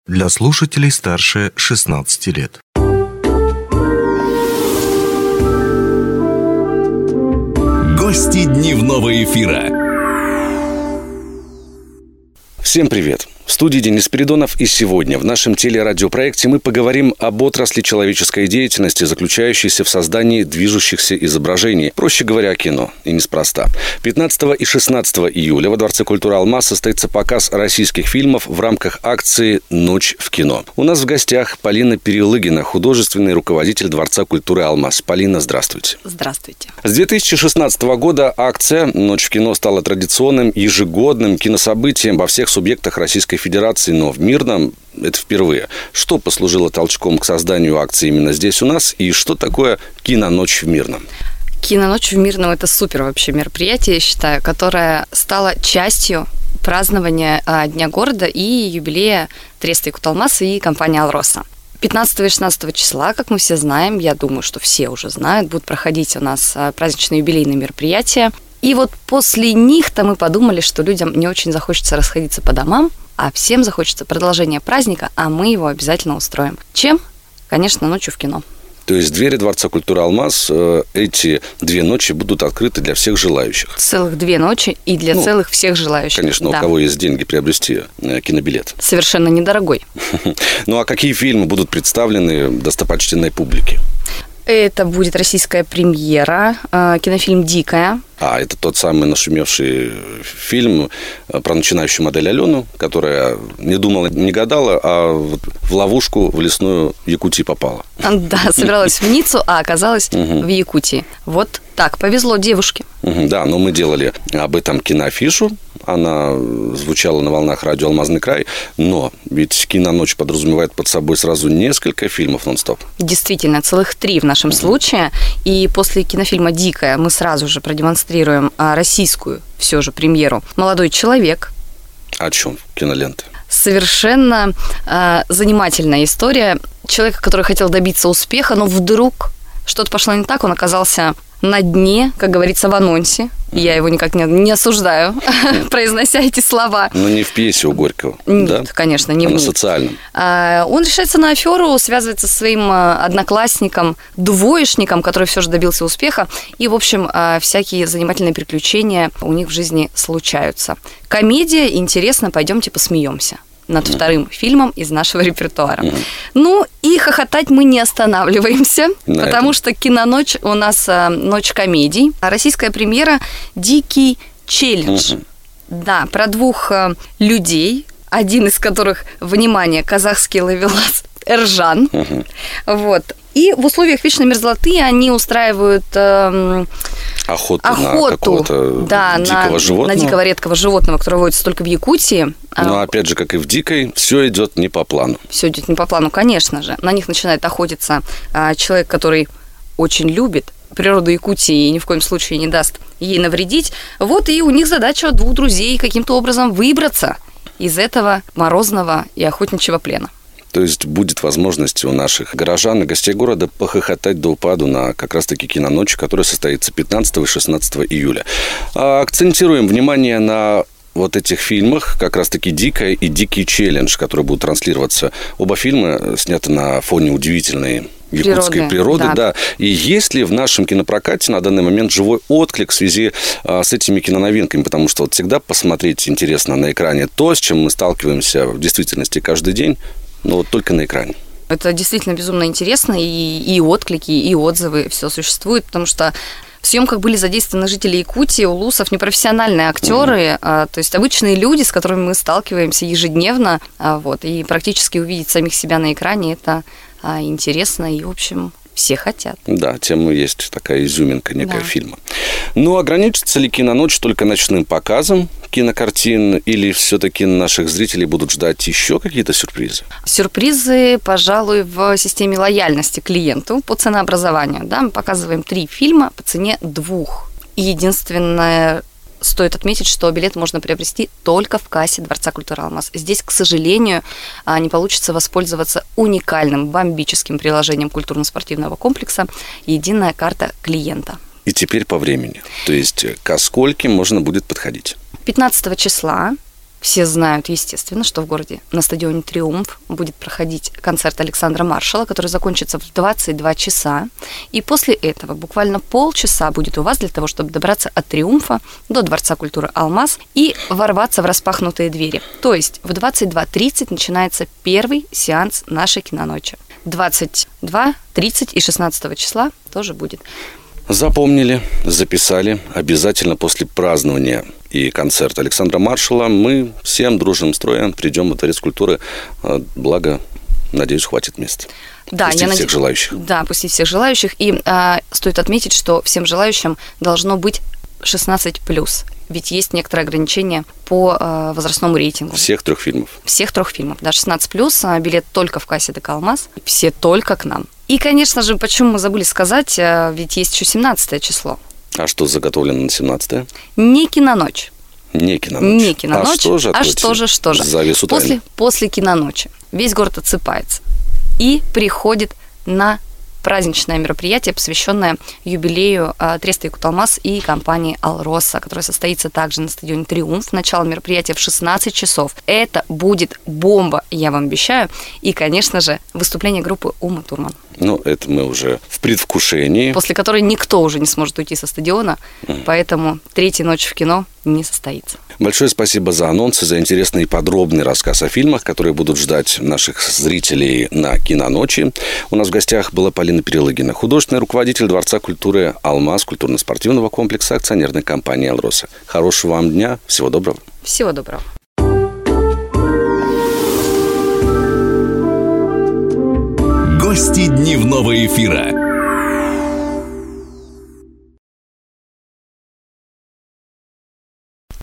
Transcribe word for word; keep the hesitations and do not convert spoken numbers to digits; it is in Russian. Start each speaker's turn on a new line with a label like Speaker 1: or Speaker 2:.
Speaker 1: для слушателей старше шестнадцати лет.
Speaker 2: Гости дневного эфира.
Speaker 3: Всем привет! В студии Денис Спиридонов, и сегодня в нашем телерадиопроекте мы поговорим об отрасли человеческой деятельности, заключающейся в создании движущихся изображений. Проще говоря, кино. И неспроста. пятнадцатого и шестнадцатого июля во Дворце культуры «Алмаз» состоится показ российских фильмов в рамках акции «Ночь в кино». У нас в гостях Полина Перелыгина, художественный руководитель Дворца культуры «Алмаз». Полина, здравствуйте.
Speaker 4: Здравствуйте.
Speaker 3: С две тысячи шестнадцатого года акция «Ночь в кино» стала традиционным ежегодным кинособытием во всех субъектах Российской Федерации, но в Мирном это впервые. Что послужило толчком к созданию акции именно здесь у нас, и что такое «Киноночь в Мирном»?
Speaker 4: «Киноночь в Мирном» – это супер вообще мероприятие, я считаю, которое стало частью празднования Дня города и юбилея Треста Якут Алмаз и компании «Алроса». пятнадцатого и шестнадцатого числа, как мы все знаем, я думаю, что все уже знают, будут проходить у нас праздничные юбилейные мероприятия. И вот после них-то мы подумали, что людям не очень захочется расходиться по домам, а всем захочется продолжения праздника, а мы его обязательно устроим. Чем? Конечно, ночью в кино.
Speaker 3: То есть двери Дворца культуры «Алмаз» эти две ночи будут открыты для всех желающих?
Speaker 4: Целых две ночи и для ну, целых всех желающих.
Speaker 3: Конечно, да. У кого есть деньги приобрести кинобилет.
Speaker 4: Совершенно недорогой.
Speaker 3: Ну а какие фильмы будут представлены достопочтенной публике?
Speaker 4: Это будет российская премьера, кинофильм «Дикая».
Speaker 3: А, это тот самый нашумевший фильм про начинающую модель Алену, которая не думала, не гадала, а в ловушку в лесную Якутию попала.
Speaker 4: Да, собиралась в Ниццу, а оказалась в Якутии. Вот так, повезло девушке.
Speaker 3: Да, но мы делали об этом киноафишу. Она звучала на волнах радио «Алмазный край». Но ведь «Киноночь» подразумевает под собой сразу несколько фильмов нон-стоп.
Speaker 4: Действительно, целых три в нашем uh-huh. случае. И после кинофильма «Дикая» мы сразу же продемонстрируем российскую все же премьеру «Молодой человек».
Speaker 3: О чем кинолента?
Speaker 4: Совершенно э, занимательная история человека, который хотел добиться успеха, но вдруг что-то пошло не так, он оказался на дне, как говорится в анонсе. Я его никак не, не осуждаю, произнося эти слова.
Speaker 3: Но не в пьесе у Горького.
Speaker 4: Нет,
Speaker 3: да?
Speaker 4: конечно, не
Speaker 3: а
Speaker 4: в
Speaker 3: на социальном.
Speaker 4: А, он решается на аферу, связывается со своим одноклассником, двоечником, который все же добился успеха. И, в общем, всякие занимательные приключения у них в жизни случаются. Комедия, интересно, пойдемте посмеемся над mm. вторым фильмом из нашего репертуара. Mm. Ну, и хохотать мы не останавливаемся, На потому этом. что «Киноночь» у нас а, ночь комедий. А российская премьера «Дикий челлендж». Mm-hmm. Да, про двух а, людей, один из которых, внимание, казахский ловелас Эржан. Mm-hmm. Вот. И в условиях вечной мерзлоты они устраивают э,
Speaker 3: охоту,
Speaker 4: охоту
Speaker 3: на какого-то
Speaker 4: да,
Speaker 3: дикого
Speaker 4: на,
Speaker 3: животного.
Speaker 4: на дикого редкого животного, которое водится только в Якутии.
Speaker 3: Но опять же, как и в «Дикой», все идет не по плану.
Speaker 4: Все идет не по плану, конечно же. На них начинает охотиться э, человек, который очень любит природу Якутии и ни в коем случае не даст ей навредить. Вот и у них задача двух друзей каким-то образом выбраться из этого морозного и охотничьего плена.
Speaker 3: То есть будет возможность у наших горожан и гостей города похохотать до упаду на как раз-таки «Киноночь», которая состоится пятнадцатого и шестнадцатого июля. А акцентируем внимание на вот этих фильмах, как раз-таки «Дикая» и «Дикий челлендж», которые будут транслироваться. Оба фильма сняты на фоне удивительной якутской природы, природы да. да. И есть ли в нашем кинопрокате на данный момент живой отклик в связи а, с этими киноновинками? Потому что вот всегда посмотреть интересно на экране то, с чем мы сталкиваемся в действительности каждый день, но вот только на экране.
Speaker 4: Это действительно безумно интересно, и, и отклики, и отзывы, все существует, потому что в съемках были задействованы жители Якутии, улусов, непрофессиональные актеры, mm-hmm. а, то есть обычные люди, с которыми мы сталкиваемся ежедневно, а, вот, и практически увидеть самих себя на экране, это а, интересно, и, в общем, все хотят.
Speaker 3: Да, тем и есть такая изюминка некая
Speaker 4: да.
Speaker 3: фильма. Ну, ограничится ли «Киноночь» только ночным показом кинокартин, или все-таки наших зрителей будут ждать еще какие-то сюрпризы?
Speaker 4: Сюрпризы, пожалуй, в системе лояльности клиенту по ценообразованию. Да, мы показываем три фильма по цене двух. И единственное, стоит отметить, что билет можно приобрести только в кассе Дворца культуры «Алмаз». Здесь, к сожалению, не получится воспользоваться уникальным бомбическим приложением культурно-спортивного комплекса «Единая карта клиента».
Speaker 3: И теперь по времени. То есть ко скольким можно будет подходить?
Speaker 4: пятнадцатого числа Все знают, естественно, что в городе на стадионе «Триумф» будет проходить концерт Александра Маршала, который закончится в двадцать два часа. И после этого буквально полчаса будет у вас для того, чтобы добраться от «Триумфа» до Дворца культуры «Алмаз» и ворваться в распахнутые двери. То есть в двадцать два тридцать начинается первый сеанс нашей киноночи. двадцать два тридцать и шестнадцатого числа тоже будет.
Speaker 3: Запомнили, записали. Обязательно после празднования и концерта Александра Маршала мы всем дружным строем придем во Дворец культуры. Благо, надеюсь, хватит мест.
Speaker 4: Да,
Speaker 3: пустить
Speaker 4: я
Speaker 3: всех
Speaker 4: наде...
Speaker 3: желающих.
Speaker 4: Да, пустить всех желающих. И а, стоит отметить, что всем желающим должно быть шестнадцать плюс. Ведь есть некоторые ограничения по э, возрастному рейтингу.
Speaker 3: Всех трех фильмов. Всех
Speaker 4: трех фильмов. Да, шестнадцать плюс, а билет только в кассе ДК «Алмаз». Все только к нам. И, конечно же, почему мы забыли сказать, ведь есть еще семнадцатое число.
Speaker 3: А что заготовлено на семнадцатое?
Speaker 4: Не киноночь.
Speaker 3: Не киноночь.
Speaker 4: Не киноночь.
Speaker 3: А что же?
Speaker 4: А что же, что же?
Speaker 3: Завесу
Speaker 4: после,
Speaker 3: тайны.
Speaker 4: После киноночи весь город отсыпается и приходит на праздничное мероприятие, посвященное юбилею э, Треста Якут-Алмаз и компании «Алроса», которое состоится также на стадионе «Триумф». Начало мероприятия в шестнадцать часов. Это будет бомба, я вам обещаю. И, конечно же, выступление группы Uma Thurman.
Speaker 3: Ну, это мы уже в предвкушении.
Speaker 4: После которой никто уже не сможет уйти со стадиона, mm. поэтому третья ночь в кино не состоится.
Speaker 3: Большое спасибо за анонсы, за интересный и подробный рассказ о фильмах, которые будут ждать наших зрителей на киноночи. У нас в гостях была Полина Перелыгина, художественный руководитель Дворца культуры «Алмаз», культурно-спортивного комплекса акционерной компании «Алроса». Хорошего вам дня, всего доброго.
Speaker 4: Всего доброго.
Speaker 2: Гости дневного эфира.